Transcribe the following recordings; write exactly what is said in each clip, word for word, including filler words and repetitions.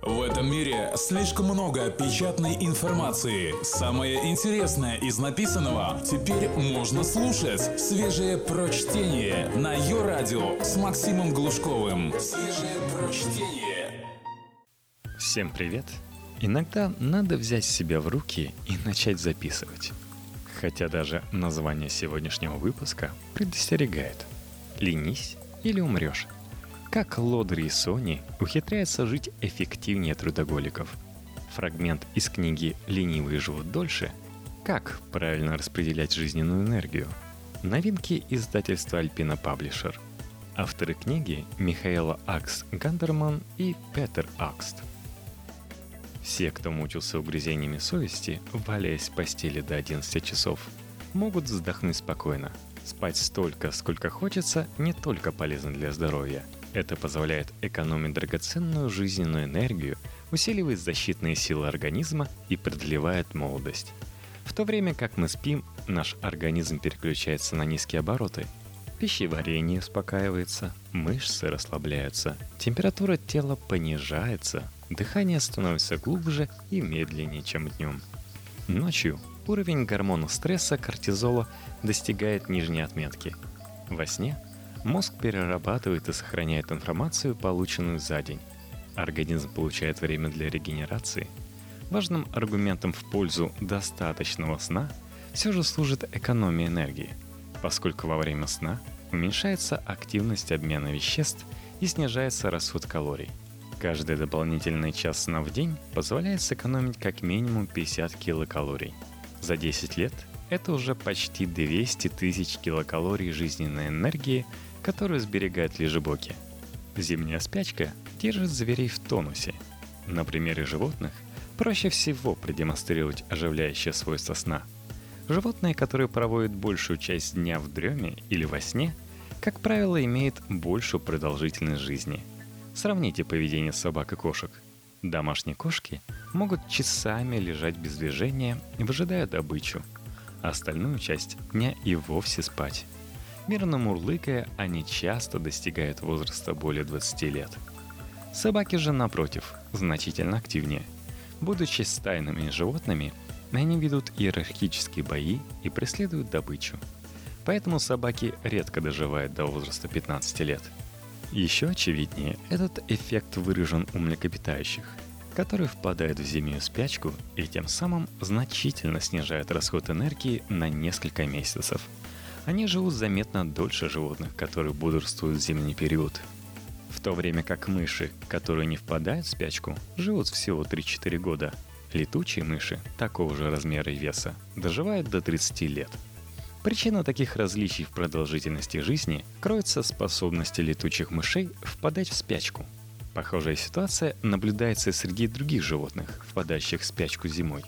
В этом мире слишком много печатной информации. Самое интересное из написанного теперь можно слушать. Свежее прочтение на Йо-Радио с Максимом Глушковым. Свежее прочтение. Всем привет! Иногда надо взять себя в руки и начать записывать. Хотя даже название сегодняшнего выпуска предостерегает. «Ленись или умрешь». Как лодыри и сони ухитряются жить эффективнее трудоголиков. Фрагмент из книги «Ленивые живут дольше». Как правильно распределять жизненную энергию. Новинки издательства Alpina Publisher. Авторы книги Михаэла Акс-Гандерман и Петер Акст. Все, кто мучился угрызениями совести, валяясь в постели до одиннадцати часов, могут вздохнуть спокойно. Спать столько, сколько хочется, не только полезно для здоровья. Это позволяет экономить драгоценную жизненную энергию, усиливает защитные силы организма и продлевает молодость. В то время как мы спим, наш организм переключается на низкие обороты. Пищеварение успокаивается, мышцы расслабляются, температура тела понижается, дыхание становится глубже и медленнее, чем днем. Ночью уровень гормона стресса кортизола достигает нижней отметки. Во сне мозг перерабатывает и сохраняет информацию, полученную за день. Организм получает время для регенерации. Важным аргументом в пользу достаточного сна все же служит экономия энергии, поскольку во время сна уменьшается активность обмена веществ и снижается расход калорий. Каждый дополнительный час сна в день позволяет сэкономить как минимум пятьдесят килокалорий. За десять лет это уже почти двести тысяч килокалорий жизненной энергии, которую сберегают лежебоки. Зимняя спячка держит зверей в тонусе. На примере животных проще всего продемонстрировать оживляющее свойство сна. Животные, которые проводят большую часть дня в дреме или во сне, как правило, имеют большую продолжительность жизни. Сравните поведение собак и кошек. Домашние кошки могут часами лежать без движения, выжидая добычу, а остальную часть дня и вовсе спать. Мирно мурлыкая, они часто достигают возраста более двадцати лет. Собаки же, напротив, значительно активнее. Будучи стайными животными, они ведут иерархические бои и преследуют добычу. Поэтому собаки редко доживают до возраста пятнадцати лет. Еще очевиднее этот эффект выражен у млекопитающих, которые впадают в зимнюю спячку и тем самым значительно снижают расход энергии на несколько месяцев. Они живут заметно дольше животных, которые бодрствуют в зимний период. В то время как мыши, которые не впадают в спячку, живут всего три-четыре года. Летучие мыши такого же размера и веса доживают до тридцати лет. Причина таких различий в продолжительности жизни кроется в способности летучих мышей впадать в спячку. Похожая ситуация наблюдается и среди других животных, впадающих в спячку зимой.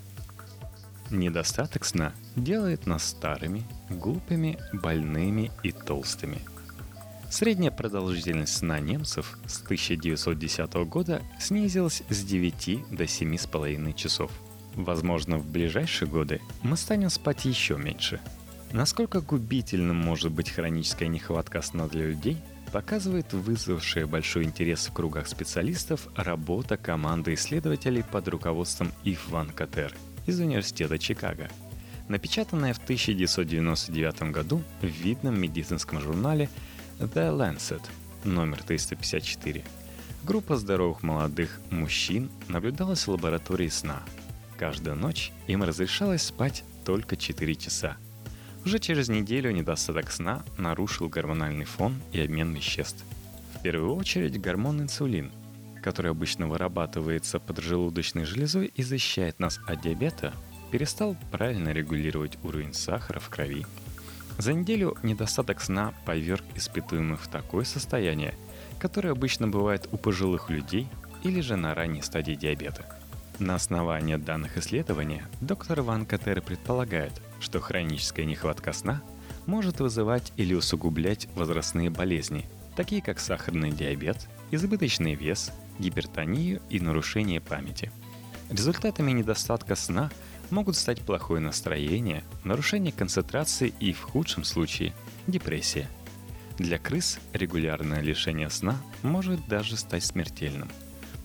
Недостаток сна делает нас старыми, глупыми, больными и толстыми. Средняя продолжительность сна немцев с тысяча девятьсот десятого года снизилась с девяти до семи с половиной часов. Возможно, в ближайшие годы мы станем спать еще меньше. Насколько губительным может быть хроническая нехватка сна для людей, показывает вызвавшая большой интерес в кругах специалистов работа команды исследователей под руководством Ив Ван Катер из Университета Чикаго, напечатанная в тысяча девятьсот девяносто девятом году в видном медицинском журнале The Lancet, номер триста пятьдесят четыре. Группа здоровых молодых мужчин наблюдалась в лаборатории сна. Каждую ночь им разрешалось спать только четыре часа. Уже через неделю недостаток сна нарушил гормональный фон и обмен веществ. В первую очередь гормон инсулин, который обычно вырабатывается поджелудочной железой и защищает нас от диабета, перестал правильно регулировать уровень сахара в крови. За неделю недостаток сна поверг испытуемых в такое состояние, которое обычно бывает у пожилых людей или же на ранней стадии диабета. На основании данных исследования доктор Ван Катер предполагает, что хроническая нехватка сна может вызывать или усугублять возрастные болезни, такие как сахарный диабет, избыточный вес, гипертонию и нарушение памяти. Результатами недостатка сна могут стать плохое настроение, нарушение концентрации и, в худшем случае, депрессия. Для крыс регулярное лишение сна может даже стать смертельным.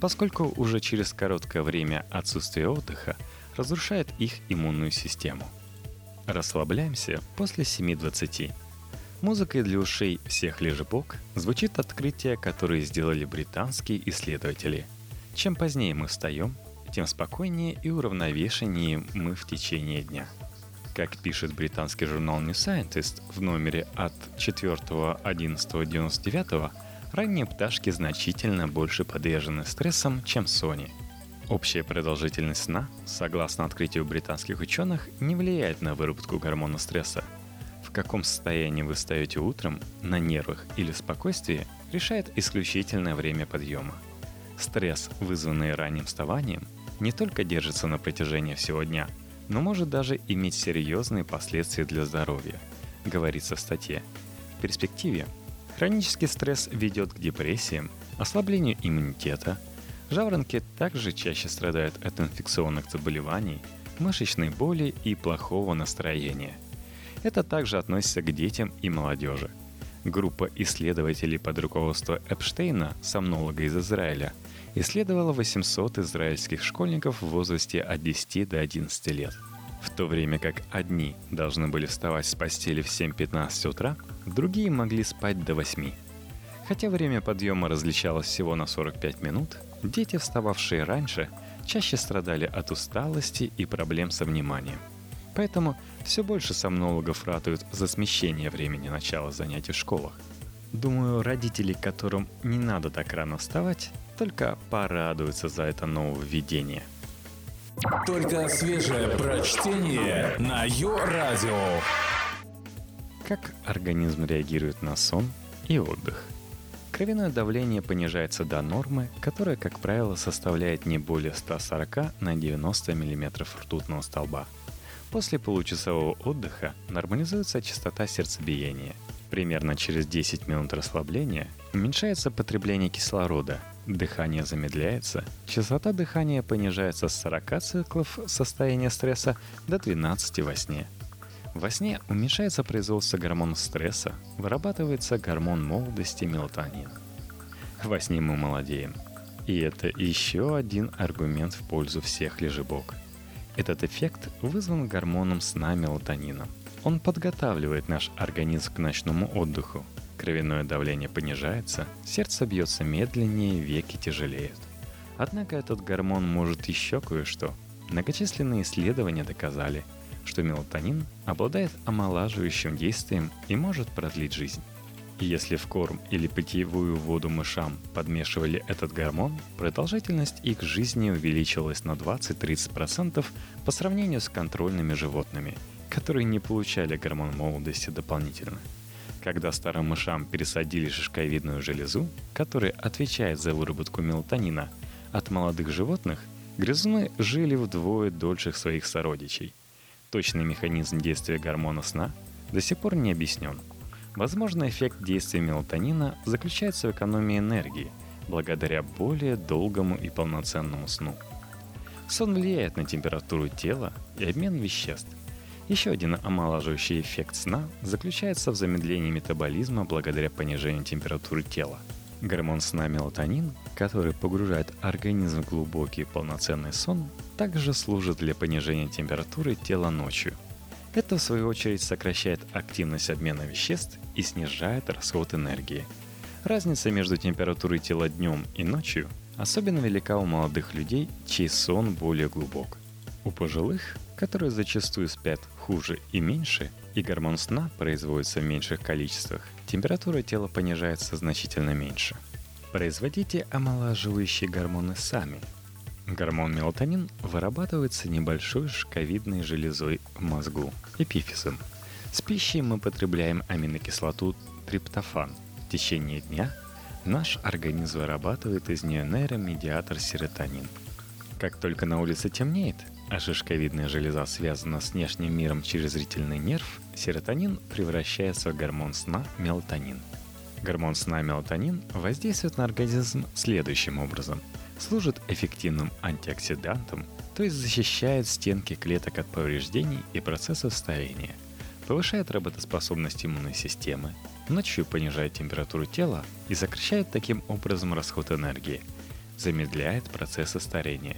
поскольку уже через короткое время отсутствие отдыха разрушает их иммунную систему. Расслабляемся после семи двадцати. Музыкой для ушей всех лежебок звучит открытие, которое сделали британские исследователи. Чем позднее мы встаем, тем спокойнее и уравновешеннее мы в течение дня. Как пишет британский журнал New Scientist в номере от четвёртого одиннадцатого девяносто девятого, ранние пташки значительно больше подвержены стрессам, чем сони. Общая продолжительность сна, согласно открытию британских ученых, не влияет на выработку гормона стресса. В каком состоянии вы встаете утром, на нервах или спокойствии, решает исключительное время подъема. Стресс, вызванный ранним вставанием, не только держится на протяжении всего дня, но может даже иметь серьезные последствия для здоровья, говорится в статье. В перспективе хронический стресс ведет к депрессиям, ослаблению иммунитета. Жаворонки также чаще страдают от инфекционных заболеваний, мышечной боли и плохого настроения. Это также относится к детям и молодежи. Группа исследователей под руководством Эпштейна, сомнолога из Израиля, исследовала восемьсот израильских школьников в возрасте от десяти до одиннадцати лет. В то время как одни должны были вставать с постели в семь пятнадцать утра, другие могли спать до восьми. Хотя время подъема различалось всего на сорок пять минут, дети, встававшие раньше, чаще страдали от усталости и проблем со вниманием. Поэтому все больше сомнологов ратуют за смещение времени начала занятий в школах. Думаю, родители, которым не надо так рано вставать, только порадуются за это нововведение. Только свежее прочтение на Йо-Радио. Как организм реагирует на сон и отдых? Кровяное давление понижается до нормы, которая, как правило, составляет не более ста сорока на девяносто миллиметров ртутного столба. После получасового отдыха нормализуется частота сердцебиения. Примерно через десять минут расслабления уменьшается потребление кислорода, дыхание замедляется, частота дыхания понижается с сорока циклов состояния стресса до двенадцати во сне. Во сне уменьшается производство гормона стресса, вырабатывается гормон молодости мелатонин. Во сне мы молодеем. И это еще один аргумент в пользу всех лежебок. Этот эффект вызван гормоном сна мелатонином. Он подготавливает наш организм к ночному отдыху. Кровяное давление понижается, сердце бьется медленнее, веки тяжелеют. Однако этот гормон может еще кое-что. Многочисленные исследования доказали, что мелатонин обладает омолаживающим действием и может продлить жизнь. И если в корм или питьевую воду мышам подмешивали этот гормон, продолжительность их жизни увеличилась на двадцать-тридцать процентов по сравнению с контрольными животными, которые не получали гормон молодости дополнительно. Когда старым мышам пересадили шишковидную железу, которая отвечает за выработку мелатонина, от молодых животных грызуны жили вдвое дольше своих сородичей. Точный механизм действия гормона сна до сих пор не объяснен. Возможно, эффект действия мелатонина заключается в экономии энергии, благодаря более долгому и полноценному сну. Сон влияет на температуру тела и обмен веществ. Еще один омолаживающий эффект сна заключается в замедлении метаболизма благодаря понижению температуры тела. Гормон сна мелатонин, который погружает организм в глубокий полноценный сон, также служит для понижения температуры тела ночью. Это, в свою очередь, сокращает активность обмена веществ и снижает расход энергии. Разница между температурой тела днем и ночью особенно велика у молодых людей, чей сон более глубок. У пожилых, которые зачастую спят хуже и меньше, и гормон сна производится в меньших количествах, температура тела понижается значительно меньше. Производите омолаживающие гормоны сами. Гормон мелатонин вырабатывается небольшой шишковидной железой в мозгу, эпифизом. С пищей мы потребляем аминокислоту триптофан. В течение дня наш организм вырабатывает из нее нейромедиатор серотонин. Как только на улице темнеет, а шишковидная железа связана с внешним миром через зрительный нерв, серотонин превращается в гормон сна мелатонин. Гормон сна мелатонин воздействует на организм следующим образом. Служит эффективным антиоксидантом, то есть защищает стенки клеток от повреждений и процессов старения, повышает работоспособность иммунной системы, ночью понижает температуру тела и сокращает таким образом расход энергии. замедляет процессы старения.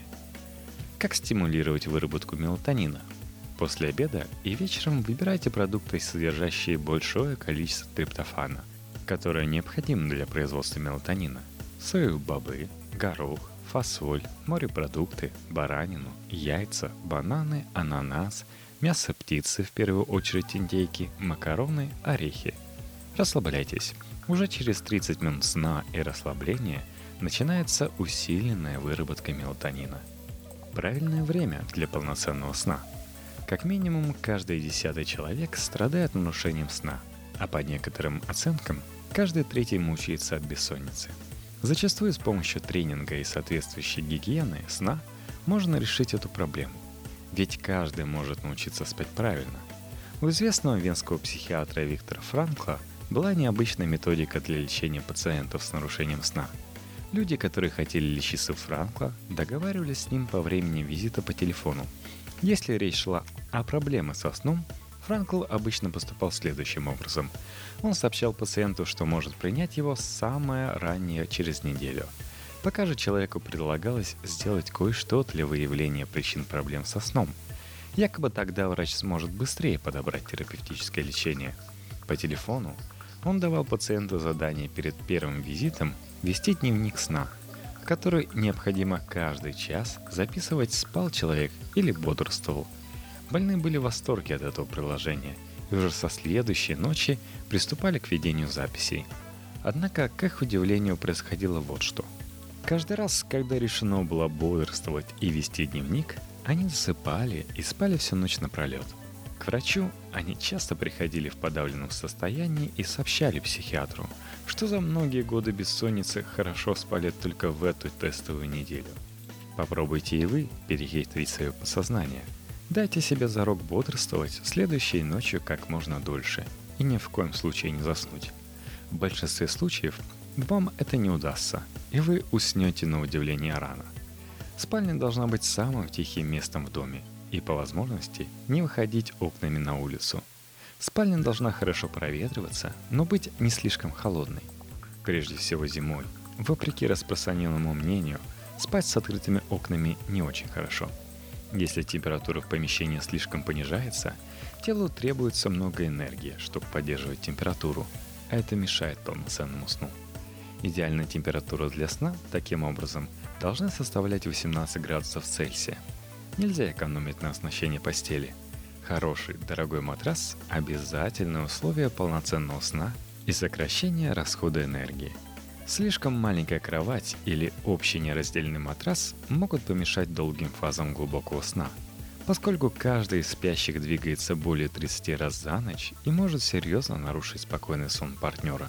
Как стимулировать выработку мелатонина? После обеда и вечером выбирайте продукты, содержащие большое количество триптофана, которое необходимо для производства мелатонина. Соевые бобы, горох, фасоль, морепродукты, баранину, яйца, бананы, ананас, мясо птицы, в первую очередь индейки, макароны, орехи. Расслабляйтесь. Уже через тридцать минут сна и расслабления начинается усиленная выработка мелатонина. Правильное время для полноценного сна. Как минимум, каждый десятый человек страдает нарушением сна, а по некоторым оценкам, каждый третий мучается от бессонницы. Зачастую с помощью тренинга и соответствующей гигиены сна можно решить эту проблему. Ведь каждый может научиться спать правильно. У известного венского психиатра Виктора Франкла была необычная методика для лечения пациентов с нарушением сна. Люди, которые хотели лечиться у Франкла, договаривались с ним по времени визита по телефону. Если речь шла о проблемах со сном, Франкл обычно поступал следующим образом. Он сообщал пациенту, что может принять его самое раннее через неделю. Пока же человеку предлагалось сделать кое-что для выявления причин проблем со сном. Якобы тогда врач сможет быстрее подобрать терапевтическое лечение. По телефону он давал пациенту задание перед первым визитом вести дневник сна, в который необходимо каждый час записывать, спал человек или бодрствовал. Больные были в восторге от этого приложения и уже со следующей ночи приступали к ведению записей. Однако, к их удивлению, происходило вот что. Каждый раз, когда решено было бодрствовать и вести дневник, они засыпали и спали всю ночь напролет. К врачу они часто приходили в подавленном состоянии и сообщали психиатру, что за многие годы бессонницы хорошо спали только в эту тестовую неделю. Попробуйте и вы перехитрить свое подсознание. Дайте себе зарок бодрствовать следующей ночью как можно дольше и ни в коем случае не заснуть. В большинстве случаев вам это не удастся, и вы уснете на удивление рано. Спальня должна быть самым тихим местом в доме, и по возможности не выходить окнами на улицу. Спальня должна хорошо проветриваться, но быть не слишком холодной. Прежде всего зимой, вопреки распространенному мнению, спать с открытыми окнами не очень хорошо. Если температура в помещении слишком понижается, телу требуется много энергии, чтобы поддерживать температуру, а это мешает полноценному сну. Идеальная температура для сна, таким образом, должна составлять восемнадцать градусов Цельсия. Нельзя экономить на оснащении постели. Хороший, дорогой матрас – обязательное условие полноценного сна и сокращения расхода энергии. Слишком маленькая кровать или общий нераздельный матрас могут помешать долгим фазам глубокого сна, поскольку каждый из спящих двигается более тридцати раз за ночь и может серьезно нарушить спокойный сон партнера.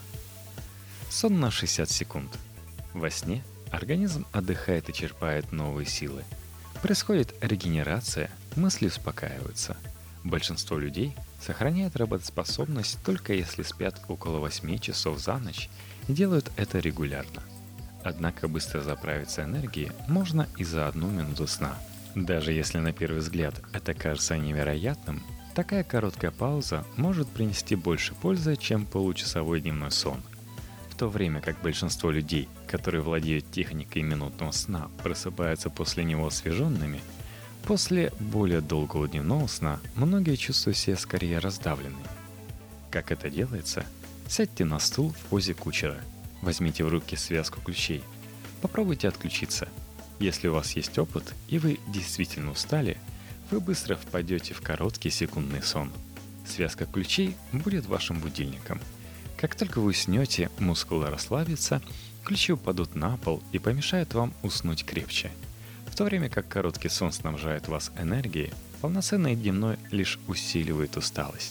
Сон на шестьдесят секунд. Во сне организм отдыхает и черпает новые силы. Происходит регенерация, мысли успокаиваются. Большинство людей сохраняет работоспособность только если спят около восьми часов за ночь и делают это регулярно. Однако быстро заправиться энергией можно и за одну минуту сна. Даже если на первый взгляд это кажется невероятным, такая короткая пауза может принести больше пользы, чем получасовой дневной сон. В то время как большинство людей, которые владеют техникой минутного сна, просыпаются после него освеженными, после более долгого дневного сна многие чувствуют себя скорее раздавленными. Как это делается? Сядьте на стул в позе кучера. Возьмите в руки связку ключей. Попробуйте отключиться. Если у вас есть опыт и вы действительно устали, вы быстро впадете в короткий секундный сон. Связка ключей будет вашим будильником. Как только вы уснете, мускулы расслабятся, ключи упадут на пол и помешают вам уснуть крепче. В то время как короткий сон снабжает вас энергией, полноценный дневной лишь усиливает усталость.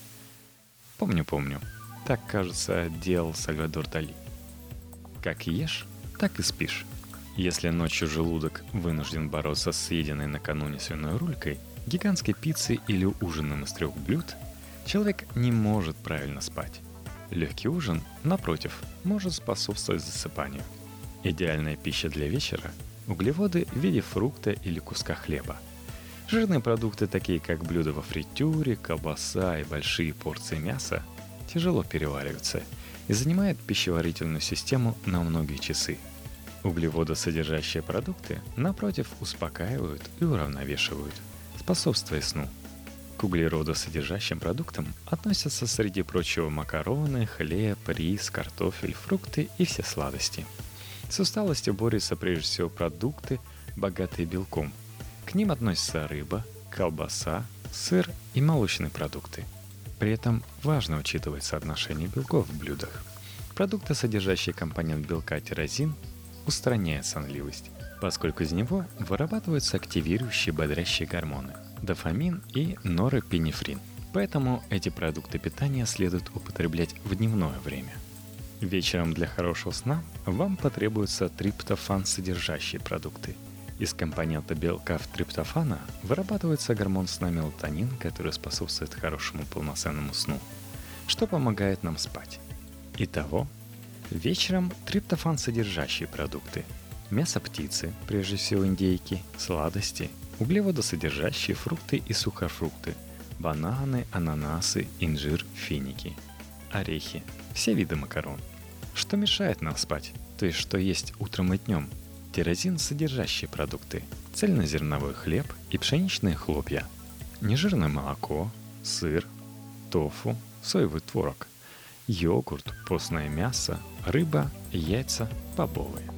Помню-помню. Так, кажется, делал Сальвадор Дали. Как ешь, так и спишь. Если ночью желудок вынужден бороться с съеденной накануне свиной рулькой, гигантской пиццей или ужином из трех блюд, человек не может правильно спать. Легкий ужин, напротив, может способствовать засыпанию. Идеальная пища для вечера – углеводы в виде фрукта или куска хлеба. Жирные продукты, такие как блюда во фритюре, колбаса и большие порции мяса, тяжело перевариваются и занимают пищеварительную систему на многие часы. Углеводосодержащие продукты, напротив, успокаивают и уравновешивают, способствуя сну. К углеродосодержащим продуктам относятся, среди прочего, макароны, хлеб, рис, картофель, фрукты и все сладости. С усталостью борются прежде всего продукты, богатые белком. К ним относятся рыба, колбаса, сыр и молочные продукты. При этом важно учитывать соотношение белков в блюдах. Продукты, содержащие компонент белка тирозин, устраняют сонливость, поскольку из него вырабатываются активирующие бодрящие гормоны – дофамин и норепинефрин. Поэтому эти продукты питания следует употреблять в дневное время. Вечером для хорошего сна вам потребуются триптофан-содержащие продукты. Из компонента белка триптофана вырабатывается гормон сна мелатонин, который способствует хорошему полноценному сну, что помогает нам спать. Итого, вечером триптофан-содержащие продукты. Мясо птицы, прежде всего индейки, сладости, углеводосодержащие фрукты и сухофрукты, бананы, ананасы, инжир, финики, орехи, все виды макарон. Что мешает нам спать, то есть что есть утром и днем? Тирозин, содержащие продукты, цельнозерновой хлеб и пшеничные хлопья, нежирное молоко, сыр, тофу, соевый творог, йогурт, постное мясо, рыба, яйца, бобовые.